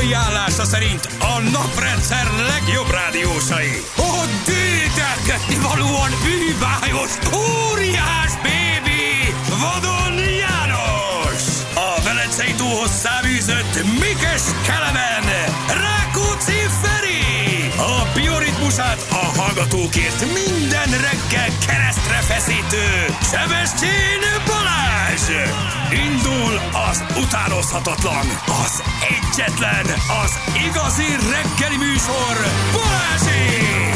Mai állása szerint a naprendszer legjobb rádiósai. A dédelgetni valóan bűbájos, óriás bébi, Vadon János. A Velencei tóhoz száműzött Mikes Kelemen, Rákóczi Feri. A bioritmusát a hallgatókért minden reggel keresztre feszítő Sebestyén Balázs. Indul az utánozhatatlan, az egyetlen, az igazi reggeli műsor, Balázsék!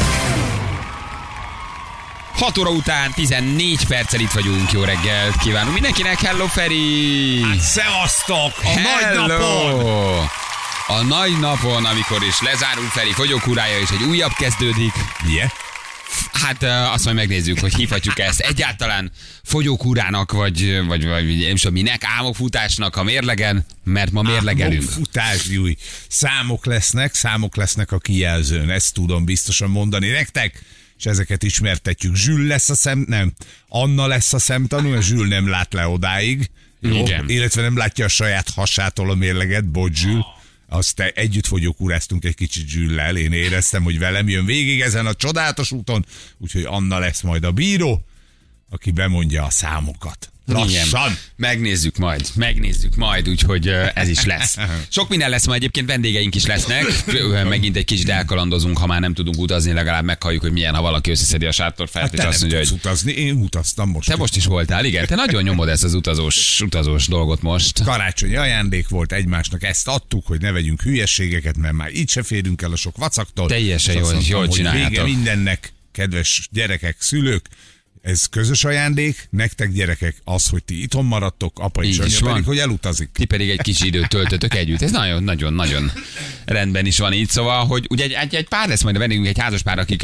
6 óra után 14 perccel itt vagyunk. Jó reggelt kívánunk mindenkinek. Hello, Feri! Hát, szevasztok! A nagy napon! A nagy napon, amikor is lezárul Feri fogyókúrája, és egy újabb kezdődik. Milyen? Hát azt majd megnézzük, hogy hívhatjuk ezt egyáltalán fogyókúrának, vagy nem tudom minek, álmokfutásnak a mérlegen, mert ma mérlegelünk. Álmokfutás, Júj. Számok lesznek a kijelzőn, ezt tudom biztosan mondani nektek, és ezeket ismertetjük. Zsül lesz Anna lesz a szemtanú, mert Zsül nem lát le odáig. Jó? Igen. Illetve nem látja a saját hasától a mérleget, bocs Zsül. Azt együtt fogyókúráztunk egy kicsit Zsüllel, én éreztem, hogy velem jön végig ezen a csodálatos úton, úgyhogy Anna lesz majd a bíró, aki bemondja a számokat. Lassan. Megnézzük majd, úgyhogy ez is lesz. Sok minden lesz ma, egyébként vendégeink is lesznek. Megint egy kicsit elkalandozunk, ha már nem tudunk utazni, legalább meghalljuk, hogy milyen, ha valaki összeszedi a sátorfát, és azt mondja, hogy utazni, én utaztam most. Te most is voltál, igen? Te nagyon nyomod ezt az utazós dolgot most. Karácsonyi ajándék volt egymásnak, ezt adtuk, hogy ne vegyünk hülyességeket, mert már így se férünk el a sok vacaktól. Teljesen jól csináljátok. Vége mindennek, kedves gyerekek, szülők. Ez közös ajándék, nektek gyerekek az, hogy ti itthon maradtok, apa és anya pedig, hogy elutazik. Ti pedig egy kis időt töltötök együtt. Ez nagyon rendben is van így. Szóval, hogy ugye egy pár lesz majd a vendégünk, egy házas pár, akik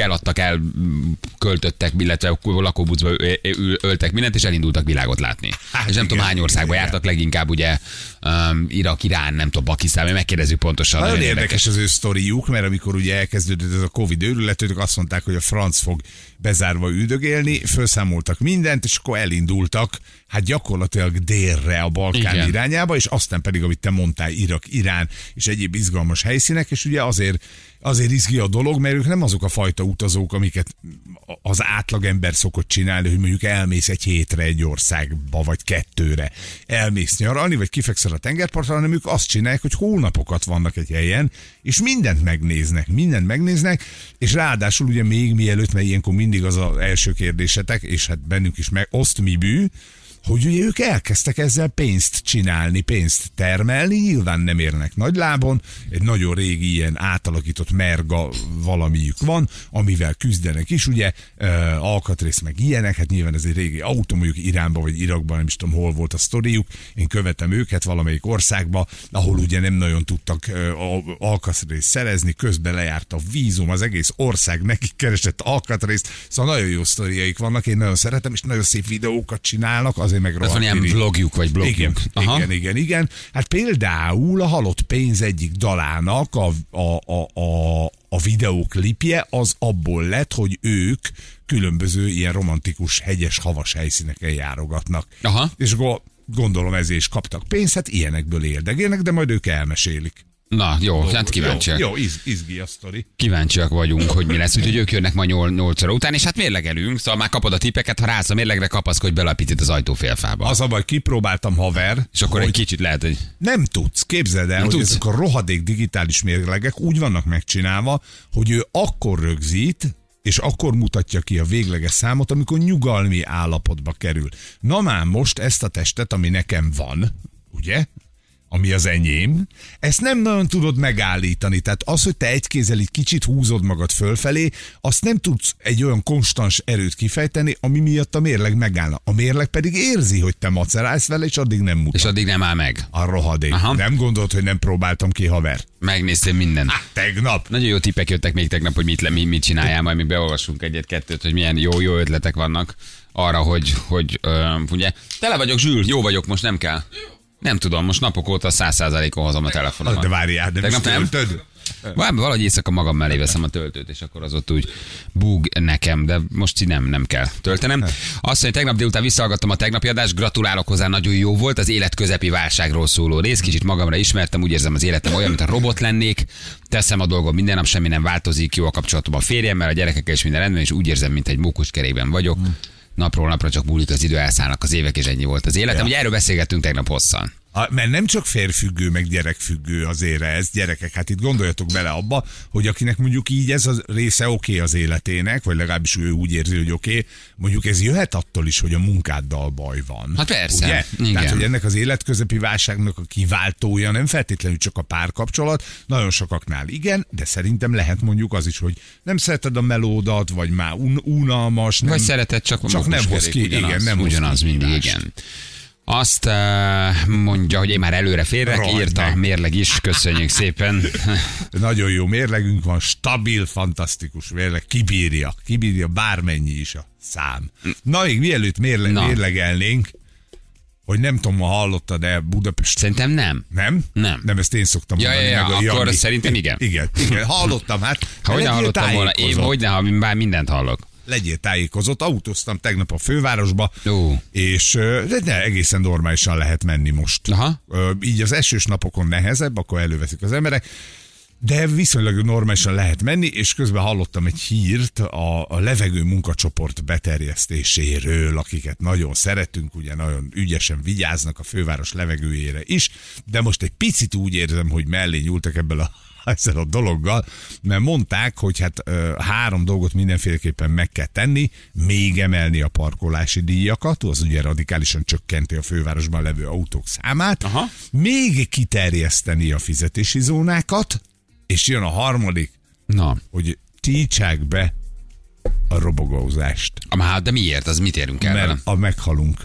költöttek, illetve lakóbuszba öltek mindent, és elindultak világot látni. Hát és nem tudom hány országba jártak, leginkább ugye Irak, Irán, nem tudom, Pakisztán, megkérdezzük pontosan. Nagyon érdekes az ő sztoriuk, mert amikor ugye elkezdődött ez a Covid őrület, ők azt mondták, hogy a franc fog bezárva üldögélni, felszámoltak mindent, és akkor elindultak, hát gyakorlatilag délre a Balkán irányába, és aztán pedig, amit te mondtál, Irak, Irán és egyéb izgalmas helyszínek, és ugye azért izgi a dolog, mert ők nem azok a fajta utazók, amiket az átlagember szokott csinálni, hogy mondjuk elmész egy hétre egy országba, vagy 2-re. Elmész nyaralni, vagy kifekszel a tengerpartra, hanem ők azt csinálják, hogy hónapokat vannak egy helyen, és mindent megnéznek, és ráadásul ugye még mielőtt, mert ilyenkor mindig az az első kérdésetek, és hát bennünk is oszt mi bű, hogy ugye ők elkezdtek ezzel pénzt csinálni, pénzt termelni, nyilván nem érnek nagy lábon, egy nagyon régi ilyen átalakított merga valamiük van, amivel küzdenek is, ugye, alkatrész meg ilyenek, hát nyilván ez egy régi autó, mondjuk Iránban vagy Irakban, nem is tudom hol volt a sztoriuk, én követem őket valamelyik országba, ahol ugye nem nagyon tudtak alkatrészt szerezni, közben lejárt a vízum, az egész ország nekik keresett alkatrészt, szóval nagyon jó sztoriaik vannak, én nagyon szeretem, és nagyon szép videókat csinálnak, azért meg ez van ilyen vlogjuk, vagy blogjuk. Igen. Hát például a Halott pénz egyik dalának a videóklipje az abból lett, hogy ők különböző ilyen romantikus, hegyes, havas helyszíneken járogatnak. Aha. És gondolom ezért is kaptak pénzt, hát ilyenekből érdegélnek, de majd ők elmesélik. Na, jó, hát kíváncsiak. Jó, izgi a sztori. Kíváncsiak vagyunk, hogy mi lesz, úgyhogy ők jönnek ma 8 óra után, és hát mérlegelünk, szóval már kapod a tippeket, ha rász a mérlegre, kapaszkodj bele a picit az ajtófélfába. Az a baj, kipróbáltam, haver. És akkor egy kicsit lehet, hogy... Nem tudsz, képzeld el, hogy ezek a rohadék digitális mérlegek úgy vannak megcsinálva, hogy ő akkor rögzít, és akkor mutatja ki a végleges számot, amikor nyugalmi állapotba kerül. Na már most ezt a testet, ami nekem van, ugye? Ami az enyém, ezt nem nagyon tudod megállítani. Tehát az, hogy te egy kézzel így kicsit húzod magad fölfelé, azt nem tudsz egy olyan konstans erőt kifejteni, ami miatt a mérleg megállna. A mérleg pedig érzi, hogy te macerálsz vele, és addig nem mutat. És addig nem áll meg. A rohadék. Aha. Nem gondolod, hogy nem próbáltam ki, haver? Megnéztem mindent. Tegnap. Nagyon jó tippek jöttek még tegnap, hogy mit csináljál, majd még beolvasunk egyet-kettőt, hogy milyen jó ötletek vannak arra, hogy ugye, tele vagyok, Zsül, jó vagyok, most nem kell. Nem tudom, most napok óta 100%-on hozom a telefonomat. De várjál, de most töltöd? Valahogy éjszaka magam mellé veszem a töltőt, és akkor az ott úgy búg nekem, de most így nem kell töltenem. Azt mondja, tegnap délután visszahallgattam a tegnapi adást, gratulálok hozzá, nagyon jó volt, az életközepi válságról szóló rész, kicsit magamra ismertem, úgy érzem az életem olyan, mint a robot lennék, teszem a dolgom minden nap, semmi nem változik, jó a kapcsolatom a férjemmel, a gyerekekkel is minden rendben, és úgy érzem, mint egy mókuskerékben vagyok. Napról napra csak múlik az idő, elszállnak az évek, és ennyi volt az életem. Ugye erről beszélgettünk tegnap hosszan. Mert nem csak férfüggő, meg gyerekfüggő azért ez, gyerekek, hát itt gondoljatok bele abba, hogy akinek mondjuk így ez a része oké az életének, vagy legalábbis ő úgy érzi, hogy oké, mondjuk ez jöhet attól is, hogy a munkáddal baj van. Hát persze. Ugye? Igen. Tehát, hogy ennek az életközepi válságnak a kiváltója nem feltétlenül csak a párkapcsolat, nagyon sokaknál igen, de szerintem lehet mondjuk az is, hogy nem szereted a melódat, vagy már unalmas. Nem, vagy szereted, csak nem hoz ki, ugyanaz, igen, nem ugyanaz mindig, igen. Azt mondja, hogy én már előre férek, írta a mérleg is, köszönjük szépen. Nagyon jó mérlegünk van, stabil, fantasztikus mérleg, kibírja bármennyi is a szám. Na még mielőtt mérlegelnénk, hogy nem tudom, ha hallottad, de Budapest... Szerintem nem. Nem? Nem. Nem, ezt én szoktam mondani. Akkor szerintem igen. Igen, hallottam, hát. Hogy ne hallottam volna, én hogyne, ha bár mindent hallok. Legyél tájékozott, autóztam tegnap a fővárosba, és de egészen normálisan lehet menni most. Aha. Így az esős napokon nehezebb, akkor előveszik az emberek, de viszonylag normálisan lehet menni, és közben hallottam egy hírt a levegő munkacsoport beterjesztéséről, akiket nagyon szeretünk, ugye nagyon ügyesen vigyáznak a főváros levegőjére is, de most egy picit úgy érzem, hogy mellé nyúltak ebből ezzel a dologgal, mert mondták, hogy hát 3 dolgot mindenféleképpen meg kell tenni, még emelni a parkolási díjakat, az ugye radikálisan csökkenti a fővárosban levő autók számát, még kiterjeszteni a fizetési zónákat, és jön a harmadik, hogy tiltsák be a robogózást. De miért? Az mit érünk el vele? Meghalunk.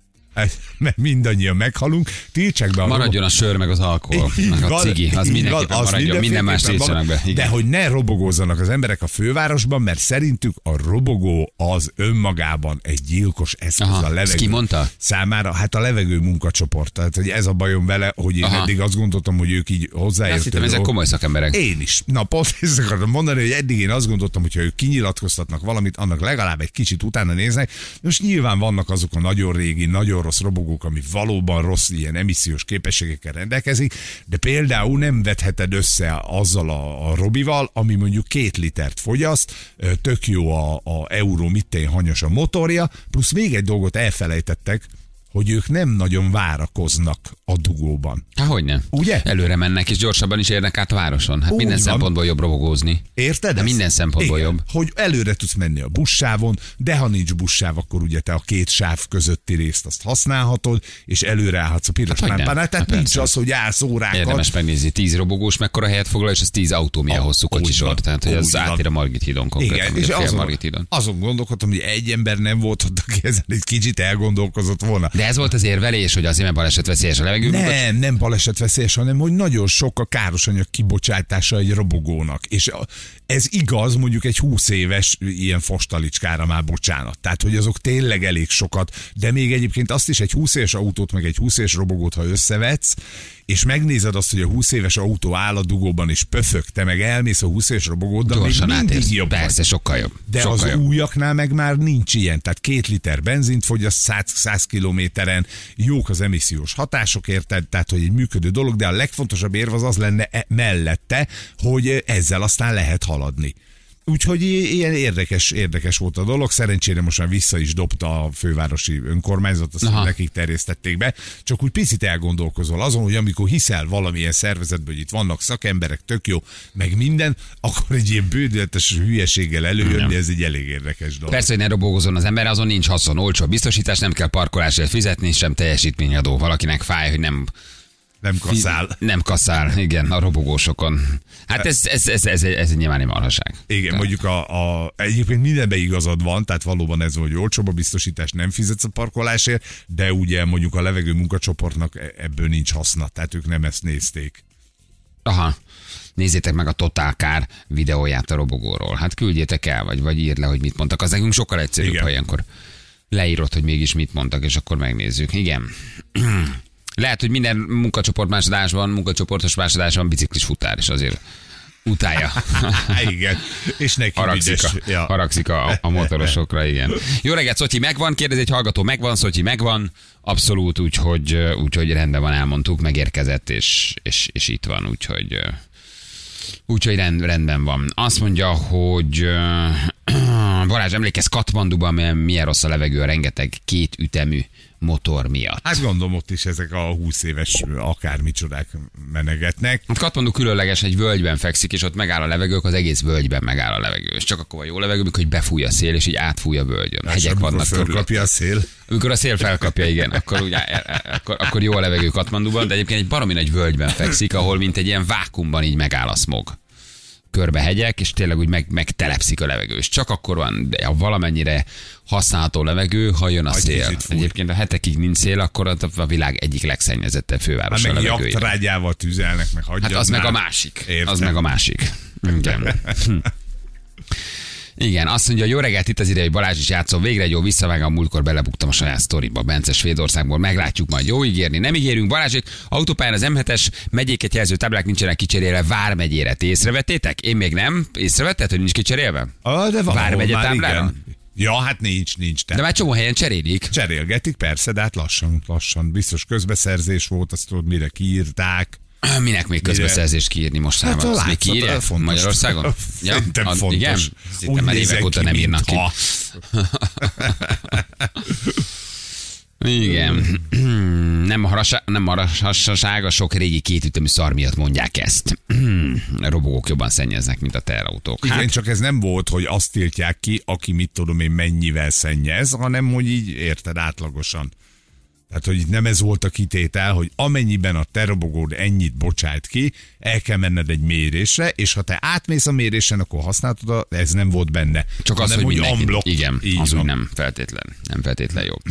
Mert mindannyian meghalunk, tiltsák be a maradjon a sör, meg az alkohol, meg a cigi, az mindenképpen maradjon, minden más tiltsanak be. Igen. De hogy ne robogózzanak az emberek a fővárosban, mert szerintük a robogó az önmagában egy gyilkos eszköz a levegő. Ki mondta? Számára, hát a levegő munkacsoport. Tehát hogy ez a bajom vele, hogy én eddig azt gondoltam, hogy ők így hozzáértő. Azt hittem, ezek komoly szakemberek. Én is. Na pont ezt akartam mondani, hogy eddig én azt gondoltam, hogy ha ők kinyilatkoztatnak valamit, annak legalább egy kicsit utána néznek. Most nyilván vannak azok a nagyon régi, nagyon rossz robogók, ami valóban rossz ilyen emissziós képességekkel rendelkezik, de például nem vetheted össze azzal a robival, ami mondjuk 2 litert fogyaszt, tök jó a Euro mittén hanyas a motorja, plusz még egy dolgot elfelejtettek, hogy ők nem nagyon várakoznak a dugóban. Hogyne? Ugye? Előre mennek és gyorsabban is érnek át a városon. Hát minden szempontból jobb robogózni. Érted? De minden szempontból jobb. Hogy előre tudsz menni a buszsávon, de ha nincs buszsáv, akkor ugye te a 2 sáv közötti részt azt használhatod, és előre állhatsz a piros lámpánál. Tehát nincs az, hogy állsz órákat. Érdemes megnézni, 10 robogós mekkora helyet foglal, és az 10 autó milyen hosszú kocsisor. Tehát, hogy az átér a Margit hídon konkrétan. Igen, és azon gondolkodtam, hogy egy ember nem volt ott, aki ezen egy kicsit elgondolkozott volna. De ez volt az érvelés, hogy azért, mert balesetveszélyes a levegő? Nem balesetveszélyes, hanem hogy nagyon sok a károsanyag kibocsátása egy robogónak. És ez igaz mondjuk egy 20 éves ilyen fostalicskára már, bocsánat. Tehát, hogy azok tényleg elég sokat, de még egyébként azt is egy 20 éves autót, meg egy 20 éves robogót, ha összevetsz, és megnézed azt, hogy a 20 éves autó áll a dugóban, és pöfög, te meg elmész a 20 éves robogóddal, még mindig jobb. Persze, sokkal jobb. De sokkal az jobb. újaknál meg már nincs ilyen. Tehát 2 liter benzint fogyaszt 100 kilométeren, jók az emissziós hatások, érted? Tehát, hogy egy működő dolog, de a legfontosabb érv az lenne mellette, hogy ezzel aztán lehet haladni. Úgyhogy ilyen érdekes volt a dolog. Szerencsére most már vissza is dobta a fővárosi önkormányzat, azt nekik terjesztették be. Csak úgy picit elgondolkozol azon, hogy amikor hiszel valamilyen szervezetben, hogy itt vannak szakemberek, tök jó, meg minden, akkor egy ilyen bődületes hülyeséggel előjönni, ez egy elég érdekes dolog. Persze, hogy ne robogózzon az ember, azon nincs haszon, olcsó biztosítás, nem kell parkolásért fizetni, sem teljesítményadó. Valakinek fáj, hogy nem kaszál. Nem kaszál, igen, a robogósokon. Hát ez nyilván egy marhaság. Igen, mondjuk egyébként mindenben igazad van, tehát valóban ez, hogy olcsóbb a biztosítás, nem fizetsz a parkolásért, de ugye mondjuk a levegő munkacsoportnak ebből nincs haszna, tehát ők nem ezt nézték. Aha. Nézzétek meg a Total Car videóját a robogóról. Hát küldjétek el, vagy írd le, hogy mit mondtak. Az nekünk sokkal egyszerűbb, ha ilyenkor leírod, hogy mégis mit mondtak, és akkor megnézzük. Igen. Lehet, hogy minden munkacsoportos másodásban biciklis futár is azért Utálja. Igen. És neki ügyes. Ja. Haragszik a motorosokra, igen. Jó reggelt, Szotyi, megvan? Kérdezi egy hallgató, megvan, Szotyi, megvan. Abszolút, úgyhogy rendben van, elmondtuk, megérkezett, és itt van, úgyhogy rendben van. Azt mondja, hogy Balázs, emlékezz Katmanduban, milyen rossz a levegő a rengeteg kétütemű motor miatt. Hát gondolom, ott is ezek a 20 éves akármicsodák menegetnek. Hát Katmandu különleges, egy völgyben fekszik, és ott megáll a levegő, az egész völgyben megáll a levegő. És csak akkor van jó levegő, amikor befúj a szél, és így átfúj a völgyön. Hegyek vannak fölkapja a szél. Amikor a szél felkapja, igen, akkor jó a levegő Katmanduban, de egyébként egy baromi nagy völgyben fekszik, ahol mint egy ilyen vákumban így megáll a smog. Körbe hegyek, és tényleg úgy megtelepszik a levegő. És csak akkor van valamennyire használható levegő, ha jön a szél. Egyébként a hetekig nincs szél, akkor a világ egyik legszennyezettebb fővárosa a levegőjére. Meg jaktrágyával tüzelnek, meg hagyjad. Hát az már. meg a másik. Értem. Az meg a másik. Igen. Igen, azt mondja, jó reggelt, itt az ideje, hogy Balázs is játszol. Végre egy jó visszavág, a múltkor belebuktam a saját sztoriba. Bence Svédországból, meglátjuk majd. Jó ígérni, nem ígérünk. Balázsék, autópályán az M7-es megyéket jelző táblák nincsenek kicserélve Vármegyére. Ti észrevettétek? Én még nem. Észrevetted, hogy nincs kicserélve? De Vármegye táblára? Ja, hát nincs. De már csomó helyen cserélik. Cserélgetik, persze, de hát lassan. Biztos közbeszerzés volt, azt tudod, mire kiírták. Minek még közbeszerzést kiírni mostában? Hát, még kiírják Magyarországon? Szerintem fontos. Igen? Szerintem már évek óta nem írnak ki. Igen. Nem marassaság, a sok régi kétütemű szar miatt mondják ezt. A robogók jobban szennyeznek, mint a teherautók. Igen, csak ez nem volt, hogy azt tiltják ki, aki mit tudom én mennyivel szennyez, hanem hogy így érted átlagosan. Tehát, hogy nem ez volt a kitétel, hogy amennyiben a te robogód ennyit bocsájt ki, el kell menned egy mérésre, és ha te átmész a mérésen, akkor használtad, ez nem volt benne. Csak az, hogy mindenki. Igen, az úgy nem feltétlen jó.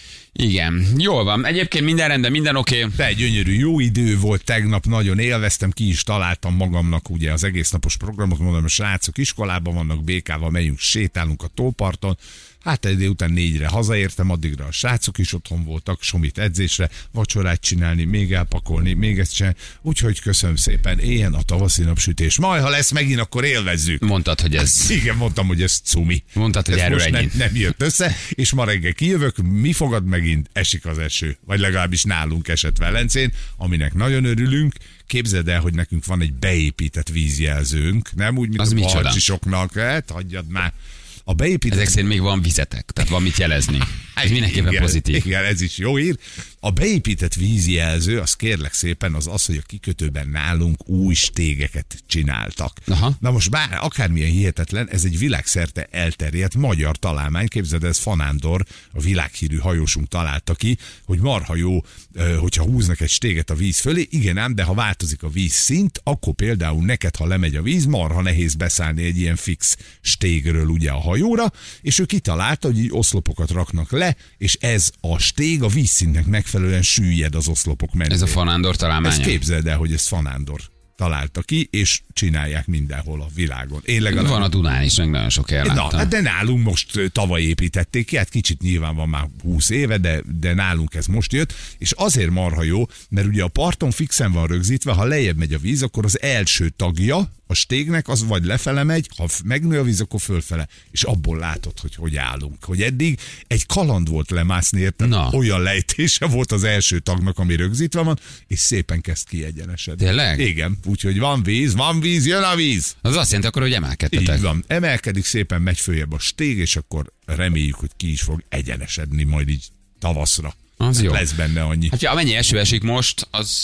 Igen, jól van. Egyébként minden rendben, minden oké. De gyönyörű, jó idő volt tegnap, nagyon élveztem, ki is találtam magamnak ugye az egész napos programot, mondom, a srácok iskolában vannak, békával megyünk, sétálunk a tóparton. Hát egy után 4-re hazaértem, addigra a srácok is otthon voltak, Somit edzésre, vacsorát csinálni, még elpakolni, még ezt csinálni. Úgyhogy köszönöm szépen, éljen a tavaszi napsütés. Majd, ha lesz megint, akkor élvezzük. Mondtad, hogy ez... Igen, mondtam, hogy ez cumi. Mondtad, hogy erről ennyi. Nem jött össze, és ma reggel kijövök, mi fogad megint? Esik az eső. Vagy legalábbis nálunk esett Velencén, aminek nagyon örülünk. Képzeld el, hogy nekünk van egy beépített vízjelzőnk, nem úgy, mint az a parcsisoknak. Hát, hagyjad már. A beépített... Ezek szerint még van vizetek, tehát van mit jelezni. Ez mindenképpen pozitív. Igen, ez is jó hír. A beépített vízjelző, az kérlek szépen, az, hogy a kikötőben nálunk új stégeket csináltak. Aha. Na most bár akármilyen hihetetlen, ez egy világszerte elterjedt magyar találmány. Képzeld, ez Fanándor, a világhírű hajósunk találta ki, hogy marha jó, hogyha húznak egy stéget a víz fölé. Igen ám, de ha változik a vízszint, akkor például neked, ha lemegy a víz, marha nehéz beszállni egy ilyen fix stégről ugye a hajóra, és ő kitalálta, hogy így oszlopokat raknak le, és ez a stég a vízszintnek megfelelően süllyed az oszlopok mentén. Ez a Fanándor találmánya? Ezt képzeld el, hogy ez Fanándor találta ki, és csinálják mindenhol a világon. Én legalább... Van a Dunán is, meg nagyon sok helyen láttam. Na, de nálunk most tavaly építették ki, hát kicsit nyilván van már 20 éve, de nálunk ez most jött, és azért marha jó, mert ugye a parton fixen van rögzítve, ha lejjebb megy a víz, akkor az első tagja a stégnek az vagy lefele megy, ha megnő a víz, akkor fölfele. És abból látod, hogy állunk. Hogy eddig egy kaland volt lemászni, érted? Olyan lejtése volt az első tagnak, ami rögzítve van, és szépen kezd kiegyenesedni. Tényleg? Igen, úgyhogy van víz, jön a víz. Az azt jelenti akkor, hogy emelkedtetek. Így van, emelkedik szépen, megy följebb a stég, és akkor reméljük, hogy ki is fog egyenesedni majd így tavaszra. Az jó. Lesz benne annyi. Hát ja, amennyi eső esik most,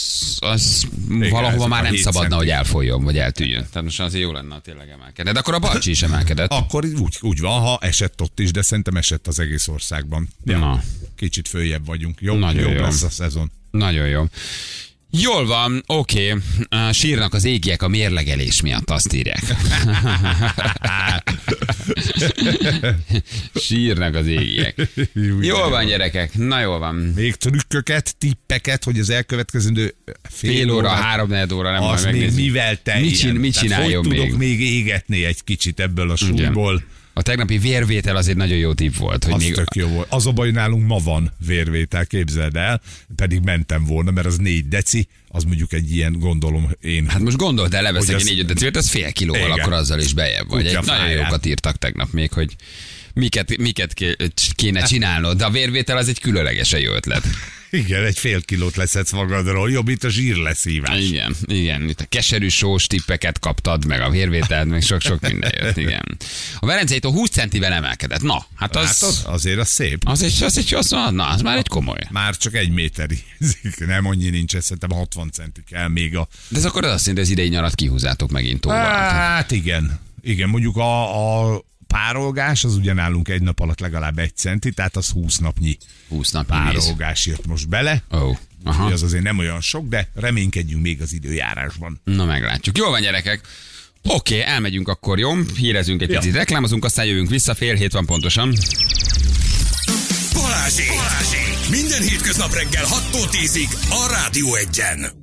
az igen, valahova már nem szabadna, hogy elfolyjon, vagy eltűjjön. Tehát most azért jó lenne, ha tényleg emelkedett. De akkor a Balcsi is emelkedett. Akkor úgy van, ha esett ott is, de szerintem esett az egész országban. Ja, na. Kicsit följebb vagyunk. Jobb lesz a szezon. Nagyon jó. Jól van, oké. Sírnak az égiek a mérlegelés miatt, azt írják. Sírnak az égiek. Jól van, gyerekek, na jól van. Még trükköket, tippeket, hogy az elkövetkezendő fél óra, 3-4 óra, nem az majd még mivel teljen. Mit csináljon hogy még? Tudok még égetni egy kicsit ebből a súlyból. A tegnapi vérvétel azért nagyon jó tipp volt. Hogy Az még... tök jó volt. Az a baj, nálunk ma van vérvétel, képzeld el, pedig mentem volna, mert az 4 deci, az mondjuk egy ilyen, gondolom én. Hát most gondold el, leveszek Hogy egy az- 4 decibelt, az fél kilóval, Igen. akkor azzal is bejebb vagy. Kutya Egy nagyon fáját. jókat írtak tegnap még, hogy miket kéne csinálnod, de a vérvétel az egy különlegesen jó ötlet. Igen, egy fél kilót leszedsz magadról, jobb, itt a zsírleszívás. Igen, itt a keserű sós tippeket kaptad, meg a vérvételt, meg sok-sok minden jött, igen. A Verencétől 20 centivel emelkedett. Na, hát az... Látod? Azért az szép. Az már egy komoly. Már csak 1 méteri. Nem annyi nincs, szerintem 60 centi kell még a... De ez akkor az azt jelenti, hogy az idei nyarat kihúzátok megint tovább. Hát igen. Igen, mondjuk a párolgás az ugye nálunk egy nap alatt legalább 1 centi, tehát az 20 napnyi 20 napnyi víz. párolgás jött most bele. Ó, aha. Úgyhogy az azért nem olyan sok, de reménykedjünk még az időjárásban. Na meglátjuk. Jól van, gyerekek. Oké, elmegyünk akkor, jó? Hírezünk egy picit, reklámozunk, aztán jövünk vissza, 6:30 van pontosan. Balázsék! Minden hétköznap reggel 6-tól 10-ig a Rádió Egyen.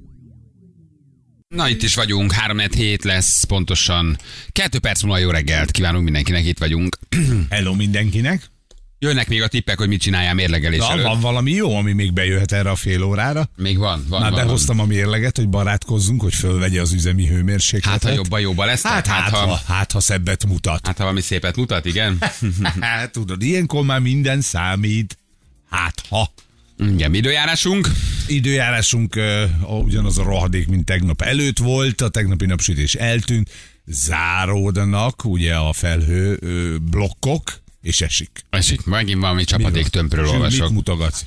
Na, itt is vagyunk, 3-7 lesz pontosan. 2 perc múlva jó reggelt kívánunk mindenkinek, itt vagyunk. Hello mindenkinek. Jönnek még a tippek, hogy mit csináljál mérlegelés Na, előtt. van valami jó, ami még bejöhet erre a fél órára? Még van. Már behoztam a mérleget, hogy barátkozzunk, hogy fölvegye az üzemi hőmérsékletet. Hát, ha jobban lesz. Hát, ha szebbet mutat. Hát, ha valami szépet mutat, igen. Hát tudod, ilyenkor már minden számít. Hát, ha. Igen, időjárásunk. Időjárásunk ugyanaz a rohadék, mint tegnap előtt volt, a tegnapi napsütés eltűnt, záródnak ugye a felhő blokkok, és esik. Esik, megint valami csapadék tömbről Mit olvasok. mutogatsz?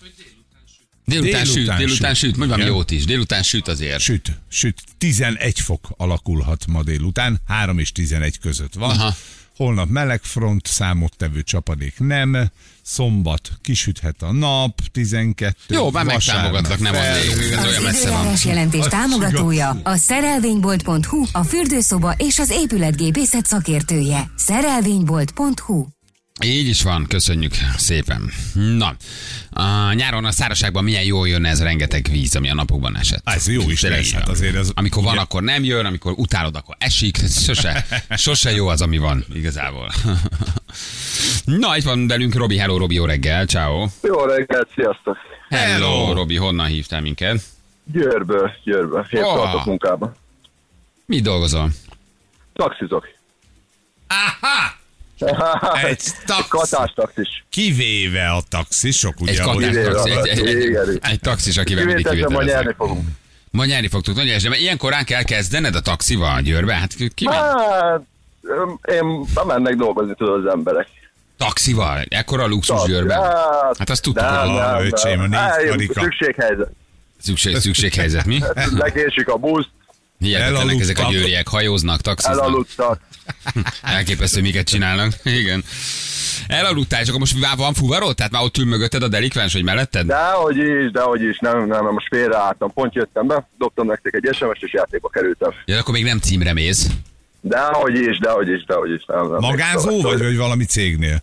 Délután süt, mondj valami Igen. jót is. Délután süt azért. Süt. 11 fok alakulhat ma délután, 3 és 11 között van. Aha. Holnap melegfront, számottevő csapadék nem. Szombat kisüthet a nap, 12. Jó, már megtámogatlak, nem az ég. Ez olyan Az messze van. időjárás jelentés támogatója a szerelvénybolt.hu, a fürdőszoba és az épületgépészet szakértője. Szerelvénybolt.hu. Így is van, köszönjük szépen. Na, a nyáron a szárazságban milyen jól jönne ez a rengeteg víz, ami a napokban esett. Ez jó is Tényleg lesz, így hát van. azért ez... Amikor van, ugye- akkor nem jön, amikor utálod, akkor esik. Sose jó az, ami van, igazából. Na, itt van velünk Robi. Hello, Robi, jó reggel, ciao. Jó reggelt, sziasztok! Hello, Robi, honnan hívtál minket? Győrből. Hét Oh. tartok munkába. Mit dolgozol? Taxizok. Aha! Egy taxis. Katás taxis. Kivéve a taxisok, ugye? Egy ahogy- katás taxis, Igen. egy taxis, akivel mindig Kivételesen ma nyerni kivételeznek. fogunk. Ma nyerni fogtuk, nagyon de mert ilyen korán kell kezdened a taxival Győrbe? Hát ki megy? Hát, én mennek dolgozni, tudod, az emberek. Taxival? Ekkora luxus Győrben? Hát azt tudtuk, hogy nem, öcsém, a 4 karika. Szükséghelyzet. szükséghelyzet, mi? Lekésik a buszt, Hihetetlenek ezek a Elaludtak. győriek, hajóznak, taxiznak. elaludtak. Elképesztő, miket csinálnak. Igen. Elaludtál, és akkor most van fuvarod? Tehát már ott ül mögötted a delikvens, vagy melletted? Dehogy is, nem, most félreálltam. Pont jöttem be, dobtam nektek egy SMS-t, és játékba kerültem. Ja, akkor még nem címre mész. Dehogy is. Nem, Magázó vagy valami cégnél?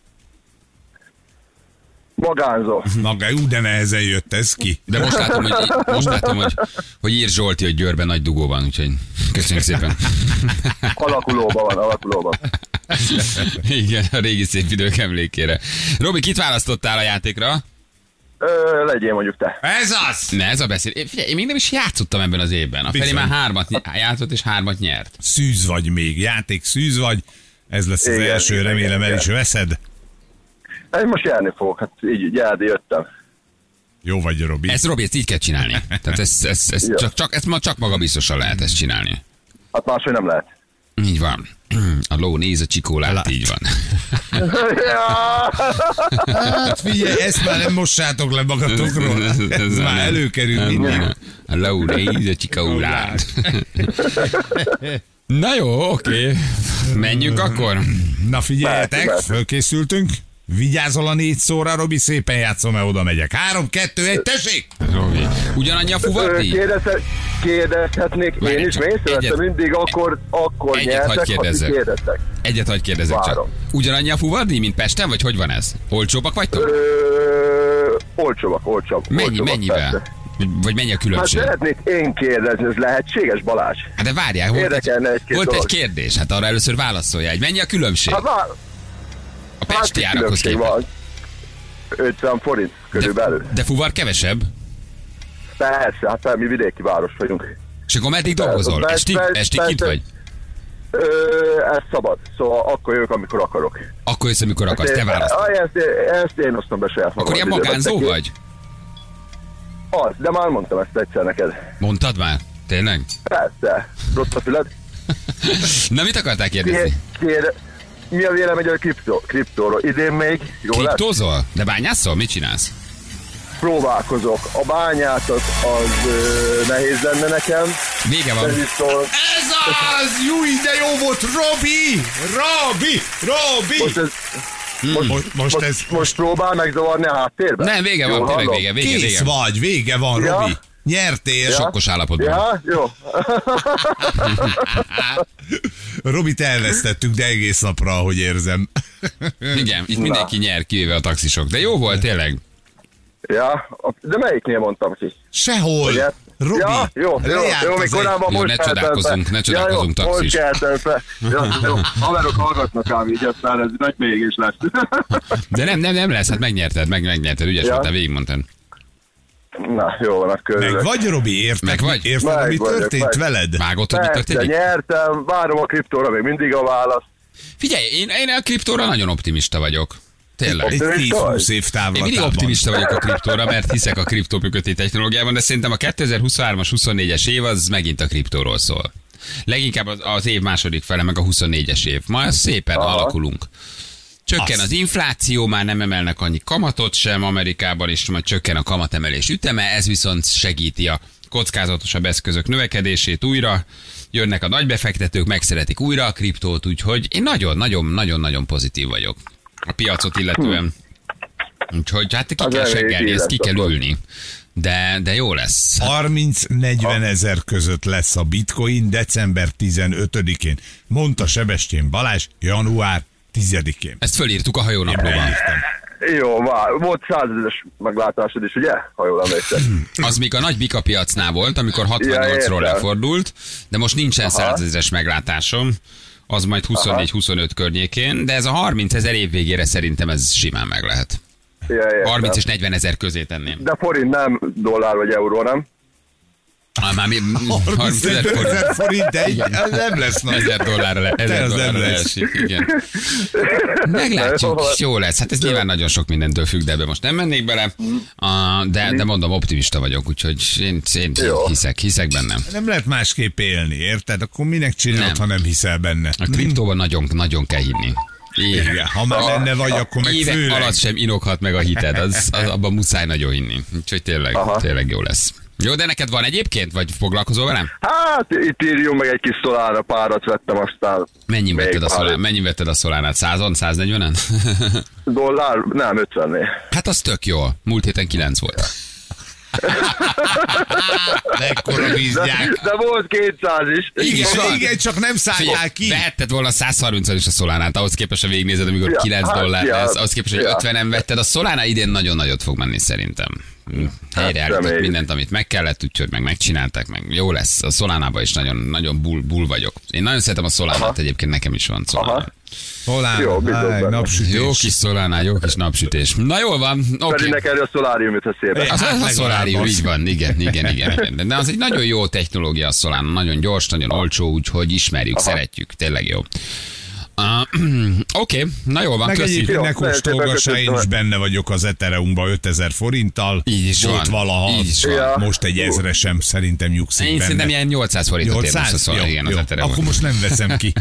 Magánzó. De nehezen jött ez ki. De most látom, hogy ír Zsolti, hogy Győrben nagy dugó van, úgyhogy köszönjük szépen. Alakulóban van. Igen, a régi szép idők emlékére. Robi, kit választottál a játékra? Legyél mondjuk te. Ez az! Ne, ez a beszéd. Figyelj, én még nem is játszottam ebben az évben. A Feri Bizony. már 3-at játszott és 3-at nyert. Szűz vagy még, játék szűz vagy. Ez lesz az Igen, első, igen, remélem el igen. is veszed. Én most járni fogok, hát így gyárdi jöttem. Jó vagy, Robi. Ezt Robi, ezt így kell csinálni. Tehát ezt Ja. csak maga biztosan lehet ezt csinálni. Hát máshogy nem lehet. Így van. A ló néz a csikólát, így van. Hát figyelj, ezt már nem mossátok le magatokról. Ez már előkerül mindig. A ló néz a csikólát. Na jó, oké. Menjünk akkor? Na figyeljetek, Mehet. fölkészültünk. Vigyázol a 4 szóra, Robi, szépen játszom, mert oda megyek. 3, 2, 1, tessék! Robi. Ugyanannyi a fuvardi? Kérdezhetnék Várj, én is, csak mert egyet- észreveszem mindig akkor egyet nyertek, hadd ha kérdezzek. ti kérdeztek. Egyet hagy kérdezek csak. Várom. Ugyanannyi a fuvardi, mint Pesten, vagy hogy van ez? Olcsóbbak vagytok? Olcsóbbak. Mennyivel? persze. Vagy mennyi a Hát különbség? szeretnék én kérdezni, ez lehetséges, Balázs? Hát de várjál, volt Érdekelne egy egy-két volt egy dolog. kérdés, hát arra először válaszoljál. Mennyi a különbség? Hát A pesti árakhoz különbség képest. van. 50 forint körülbelül. De fuvar kevesebb? Persze, hát mi vidéki város vagyunk. És akkor meddig dolgozol? Estig kint vagy? Ez szabad, szóval akkor jövök, amikor akarok. Akkor jössz, amikor akarsz, te választod. Ezt én osztom be saját magam. Akkor ilyen magánzó vagy? Az, de már mondtam ezt egyszer neked. Mondtad már? Tényleg? Persze, rossz a füled. Na, mit akartál kérdezni? Mi a vélemény a kriptóról? Idén még jó lesz? Kriptózol? De bányászol? Mit csinálsz? Próbálkozok. A bányát az nehéz lenne nekem. Vége van. Ez viszont... Ez az! Júj, de jó volt, Robi! Most próbál megzavarni a háttérben? Nem, vége van, Jó, tényleg hallom. vége. Kész vagy, vége van, Ja. Robi. Nyertél. Sokkos állapotban. Ja, jó. Robit elvesztettük, de egész napra, ahogy érzem. Igen, itt mindenki nyer, kivéve a taxisok. De jó volt, tényleg. Ja, de melyiknél mondtam ki? Sehol. Ugye? Robi, Ja, jó, lejárt még az korábban Jó, most ne csodálkozzunk, ne csodálkozzunk, ja, jó, taxis. most keltem fel. Ja, jó, haverok hallgatnak ám így, aztán ez nagy mégis lesz. De nem lesz, hát megnyerted, ügyes Ja. voltál, végigmondtad. Na, jó van, akkor Meg örülök. vagy, Robi? Meg vagy? Érted, Meg mi vagyok, történt meg. veled? Vágott, hogy mi Persze, történik? nyertem, várom a kriptóra még mindig a választ. Figyelj, én a kriptóra nagyon optimista vagyok. Tényleg. Egy 10-20 év Én mindig távlatában. optimista vagyok a kriptóra, mert hiszek a kriptóműködő technológiában, de szerintem a 2023-as, 24-es év az megint a kriptóról szól. Leginkább az év második fele, meg a 24-es év. Ma szépen alakulunk. Csökken az infláció, már nem emelnek annyi kamatot sem Amerikában, és majd csökken a kamatemelés üteme, ez viszont segíti a kockázatosabb eszközök növekedését újra, jönnek a nagybefektetők, megszeretik újra a kriptót, úgyhogy én nagyon-nagyon pozitív vagyok a piacot illetően. Úgyhogy hát ki kell seggelni, ezt ki kell ülni. De jó lesz. 30-40 ezer között lesz a bitcoin december 15-én. Mondta Sebestyén Balázs január 10-én. Ezt fölírtuk a hajónaplóban. Jó, volt 100 000-es meglátásod is, ugye? Ha jól emlékszem. Az még a nagy bika piacnál volt, amikor 68-ról értem. lefordult, de most nincsen 100 000-es meglátásom. Az majd 24-25 környékén, de ez a 30 000 év végére szerintem ez simán meg lehet. Ja, értem. 30 és 40 000 közé tenném. De forint nem dollár vagy euró, nem? Már 30 000 forint. 30 forint, de ez nem lesz nagy. 1000 dollárra az nem lesz. leesik, igen. Meglátjuk, jó lesz. Hát ez nyilván nagyon sok mindentől függ, de ebbe most nem mennék bele. De mondom, optimista vagyok, úgyhogy én Jó. hiszek bennem. Nem lehet másképp élni, érted? Akkor minek csinálod, Nem. ha nem hiszel benne? A kriptóban nagyon kell hinni. Igen, ha már benne vagy, akkor meg Évek főleg. alatt sem inoghat meg a hited, az abban muszáj nagyon hinni. Úgyhogy tényleg jó lesz. Jó, de neked van egyébként, vagy foglalkozol velem? Hát itt írjunk meg egy kis Solana, párat vettem, aztán... Mennyi még vetted a Solánát? 100-on? 140-en? Dollár? Nem, 50-nél. Hát az tök jó. Múlt héten 9 volt. Mekkora vízgyák. De volt 200 is. Igen, csak nem szállják ki. Vehetted volna 130-on is a Solánát, ahhoz képest, ha végignézed, amikor Ja, 9 hát, dollár ja, lesz, ahhoz képest, hogy ja. 50-en vetted. A Solana idén nagyon nagyot fog menni szerintem. Helyreállított reméljük. mindent, amit meg kellett, úgyhogy megcsinálták, meg jó lesz. A Solánában is nagyon bull vagyok. Én nagyon szeretem a Solánát, egyébként nekem is van Solana. Aha. Holán, Jó, biztos benne. napsütés. Jó kis Solana, jó kis napsütés. Na jól van, Pedig oké. neked a szolárium jut eszébe. Az Hát a legalább szolárium, az. így van, igen. De az egy nagyon jó technológia a Solana, nagyon gyors, nagyon olcsó, úgyhogy ismerjük, szeretjük, tényleg jó. Oké, na jól van, Meg köszi. egyébként Jó, ne kóstolgassá, én köszönöm. is benne vagyok az Ethereumba 5000 forinttal. Így is Volt van, valaha. így is van. Ja. Most egy ezresem szerintem nyugszik Én benne. szerintem ilyen 800 forintot ér most a Solana, igen, az Ethereum. Akkor most nem veszem ki.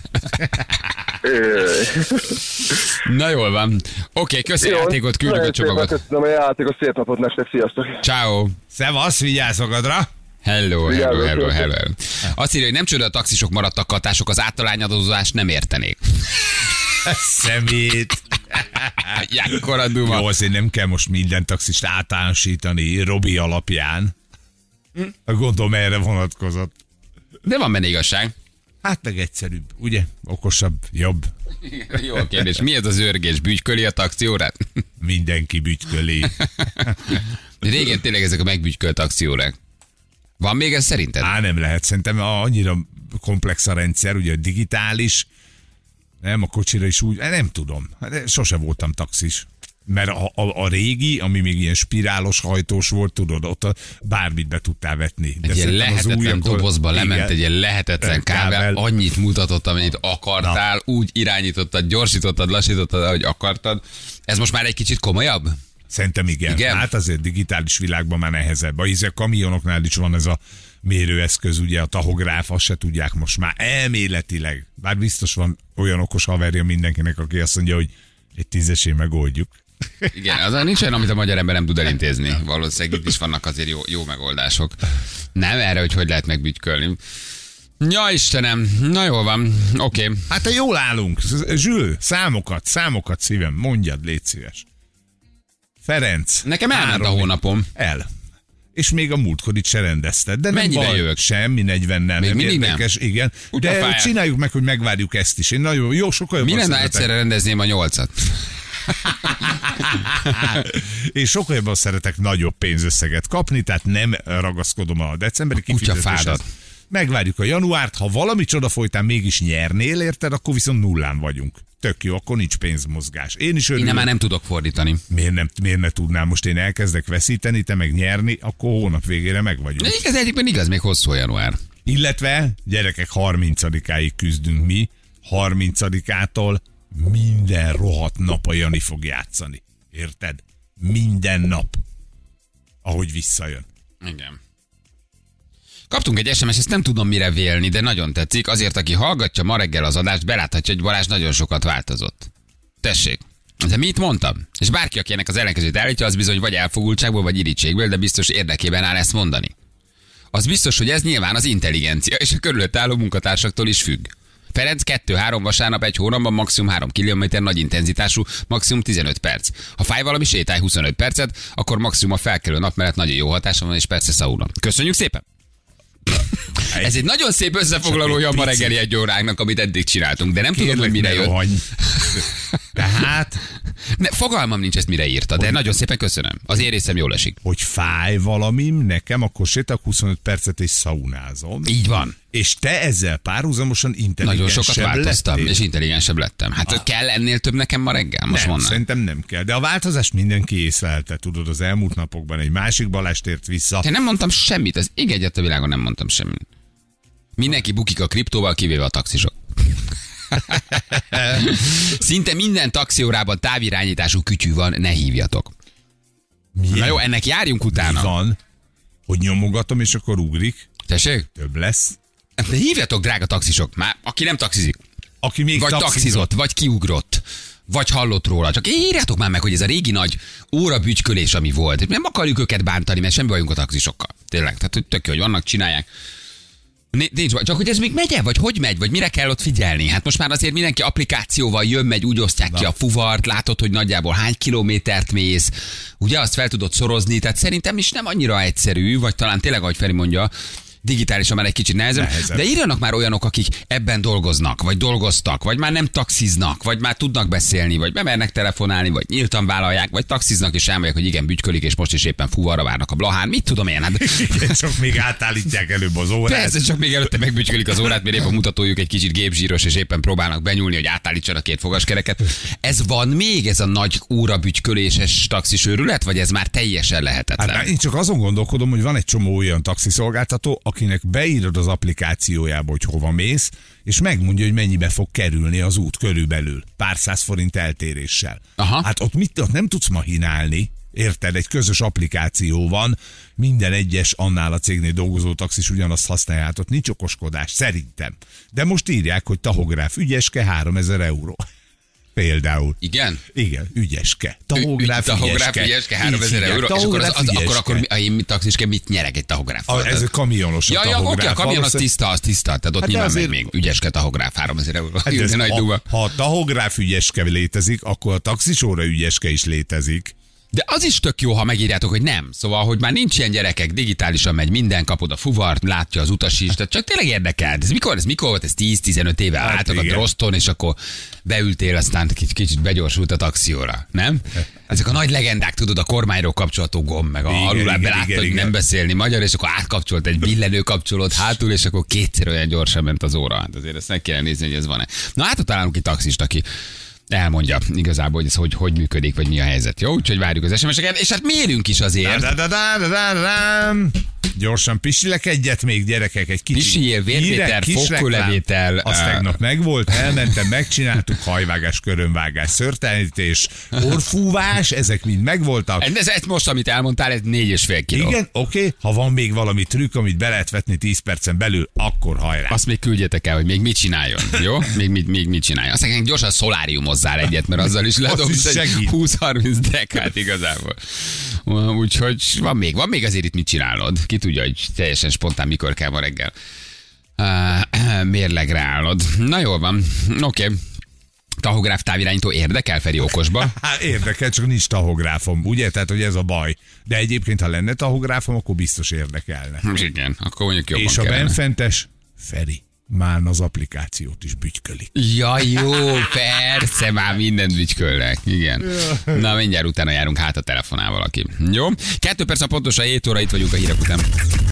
Na jól van. Oké, köszi a játékot, küldjük a nagyon szépen csomagot. Köszönöm a játékot, szép napot nektek, sziasztok! Ciao. Szevasz, vigyázz magadra! Hello. Vigyázz, Azt írja, hogy nem csoda, a taxisok maradtak katások, az általányadózást nem értenék. Szemét! Jákkora duma. Jó, azért nem kell most minden taxist általánosítani Robi alapján. Gondolom erre vonatkozott. De van benne igazság. Hát meg egyszerűbb, ugye? Okosabb, jobb. Jó a kérdés. Mi ez az örgés? Bütyköli a taxiórát? Mindenki bütyköli. Régen tényleg ezek a megbütykölt taxiórák. Van még ez szerinted? Nem lehet, szerintem annyira komplex a rendszer, ugye digitális, Nem, a kocsira is úgy, nem tudom. Sose voltam taxis. Mert a régi, ami még ilyen spirálos hajtós volt, tudod, ott bármit be tudtál vetni. De egy ilyen lehetetlen dobozba lement, egy ilyen lehetetlen kábel, annyit mutatott, amennyit akartál, úgy irányítottad, gyorsítottad, lassítottad, ahogy akartad. Ez most már egy kicsit komolyabb? Szerintem igen. Hát azért digitális világban már nehezebb. A kamionoknál is van ez a mérőeszköz, ugye a tahográf, azt se tudják most már elméletileg. Bár biztos van olyan okos haverja mindenkinek, aki azt mondja, hogy egy 10-esén megoldjuk. Igen, az nincs olyan, amit a magyar ember nem tud elintézni. Valószínűleg itt is vannak azért jó megoldások. Nem erre, hogy lehet megbügykölni. Ja, Istenem, na jól van, oké. Okay. Hát jól állunk. Zsül, számokat szívem, mondjad, légy szíves. Ferenc. Nekem elment a hónapom. És még a múltkor se rendezted. De mennyire nem jövök? Semmi 40-nel. Még mindig érdekes, nem? Igen. De csináljuk meg, hogy megvárjuk ezt is. Én nagyon jó, sokkal jobban szeretek. Mi lenne, egyszerre rendezném a 8-at? Én sokkal jobban szeretek nagyobb pénzösszeget kapni, tehát nem ragaszkodom a decemberi kifizetéshez. Megvárjuk a januárt, ha valami csoda folytán mégis nyernél, érted, akkor viszont nullán vagyunk. Tök jó, akkor nincs pénzmozgás. Én is örülök. Én már nem tudok fordítani. Miért ne tudnám? Most én elkezdek veszíteni, te meg nyerni, akkor hónap végére meg vagyunk. Ez egyébként igaz, még hosszú a január. Illetve, gyerekek, 30-áig küzdünk mi. 30-ától minden rohadt nap a Jani fog játszani. Érted? Minden nap. Ahogy visszajön. Igen. Kaptunk egy SMS, ezt nem tudom mire vélni, de nagyon tetszik. Azért, aki hallgatja ma reggel az adást, beláthatja, hogy Balázs nagyon sokat változott. Tessék. De mit mondtam? És bárki, aki ennek az ellenkezőt állítja, az bizony vagy elfogultságból, vagy irítségből, de biztos érdekében áll ezt mondani. Az biztos, hogy ez nyilván az intelligencia és a körülött álló munkatársaktól is függ. Ferenc 2-3 vasárnap egy hónapban maximum 3 kilométer nagy intenzitású, maximum 15 perc. Ha fáj valami, sétálj 25 percet, akkor maximum a felkelő nap mellett nagyon jó hatása van, és persze szauna. Köszönjük szépen! Ez egy nagyon szép összefoglalója a ma reggeli egy óránknak, amit eddig csináltunk, de nem tudom, hogy mire jött. Tehát... Fogalmam nincs, ezt mire írta, de nagyon szépen köszönöm. Az én részem jól esik. Hogy fáj valamim nekem, akkor sétálok 25 percet és szaunázom. Így van. És te ezzel párhuzamosan intelligensebb nagyon sokat változtam, lettél. És intelligensebb lettem. Hát kell ennél több nekem ma reggel? Most nem, mondanám. Szerintem nem kell. De a változást mindenki észlelte. Tudod, az elmúlt napokban egy másik Balázs tért vissza. Te nem mondtam semmit, az ég egyet a világon nem mondtam semmit. Mindenki bukik a kriptóval, kivéve a taxisok. Szinte minden taxiórában távirányítású kütyű van, ne hívjatok. Milyen? Na jó, ennek járjunk utána. Mi van? Hogy nyomogatom, és akkor ugrik? Tessék? Több lesz. De hívjatok, drága taxisok, már aki nem taxizik. Aki még vagy taxizott, vagy kiugrott, vagy hallott róla. Csak írjátok már meg, hogy ez a régi nagy órabügykölés, ami volt. Nem akarjuk őket bántani, mert semmi bajunk a taxisokkal. Tényleg, tehát tök jó, hogy vannak, csinálják. Nincs baj. Csak hogy ez még megy-e, vagy hogy megy, vagy mire kell ott figyelni? Hát most már azért mindenki applikációval jön, megy, úgy osztják ki a fuvart, látod, hogy nagyjából hány kilométert mész, ugye azt fel tudod szorozni, tehát szerintem is nem annyira egyszerű, vagy talán tényleg, ahogy Feri mondja, digitálisan már egy kicsit nehezebb. De írjanak már olyanok, akik ebben dolgoznak, vagy dolgoztak, vagy már nem taxiznak, vagy már tudnak beszélni, vagy bemernek telefonálni, vagy nyíltan vállalják, vagy taxiznak és elmondják, hogy igen, bügykölik, és most is éppen fuvarra várnak a Blahán. Mit tudom én? Hát... Csak még átállítják előbb az órát. Persze, csak még előtte megbügykölik az órát, mert épp a mutatójuk egy kicsit gépzsíros, és éppen próbálnak benyúlni, hogy átállítsanak 2 fogaskereket. Ez van még, ez a nagy órabügyköléses taxis őrület, vagy ez már teljesen lehetetlen? Hát, én csak azon gondolkodom, hogy van egy csomó olyan taxiszolgáltató, akinek beírod az applikációjába, hogy hova mész, és megmondja, hogy mennyibe fog kerülni az út körülbelül. Pár száz forint eltéréssel. Aha. Hát ott nem tudsz mahinálni. Érted? Egy közös applikáció van, minden egyes annál a cégnél dolgozó taxis ugyanazt használja, hát ott nincs okoskodás, szerintem. De most írják, hogy tahográf ügyeske 3000 euró. Például. Igen? Igen, ügyeske. Tahográf ügyeske 3000 euró. És akkor én taxisként mit nyerek egy tahográffal? Ez a kamionos a tahográf. Oké, a kamion az tiszta. Tehát ott nyilván azért... megy még ügyeske tahográf 3000 euró. Ha a tahográf ügyeske létezik, akkor a taxisóra ügyeske is létezik. De az is tök jó, ha megírjátok, hogy nem. Szóval, hogy már nincs ilyen gyerekek, digitálisan megy minden, kapod a fuvart, látja az utas is, tehát csak tényleg érdekel. Ez mikor volt? Ez 10-15 éve álltak a Droszton, és akkor beültél, aztán kicsit begyorsult a taxióra, nem? Ezek a nagy legendák, tudod, a kormányról kapcsolatú gomb, meg alul belátta, hogy nem beszélni magyar, és akkor átkapcsolt egy billenő kapcsolót hátul, és akkor kétszer olyan gyorsan ment az óra. Hát azért ezt meg kell nézni, hogy ez van-e. Na hát ott találunk egy taxist, aki elmondja igazából, hogy ez hogy működik, vagy mi a helyzet. Jó, úgyhogy várjuk az SMS-eket, és hát mérünk is azért. Gyorsan pisilek egyet még, gyerekek, egy kicsit. Pisiljél, vérvétel, fogkőlevétel. Az tegnap megvolt, elmentem, megcsináltuk, hajvágás, körömvágás, szőrtelenítés, orfúvás, ezek mind megvoltak. Ez most, amit elmondtál, ez 4,5 kiló. Igen, oké. Ha van még valami trükk, amit be lehet vetni 10 percen belül, akkor hajrá. Azt még küldjetek el, hogy még mit csináljon, jó? Még mit csináljon. Aztán gyorsan szoláriumozzál egyet, mert azzal is ledobsz egy 20-30 dekát igazából. Úgyhogy van még azért itt mit csinálod. Ki tudja, hogy teljesen spontán mikor kell ma reggel mérlegre állod. Na jól van, oké. Tahográf távirányító érdekel, Feri, okosba? Érdekel, csak nincs tahográfom, ugye? Tehát, hogy ez a baj. De egyébként, ha lenne tahográfom, akkor biztos érdekelne. Igen, akkor mondjuk jobban és a kellene. benfentes, Feri, már az applikációt is bütykölik. Ja, jó, persze, már mindent bütykölnek. Igen. Na, mindjárt utána járunk, hát a telefonál valaki. Jó? 2 perc a pontosan 7 óra, itt vagyunk a hírek után.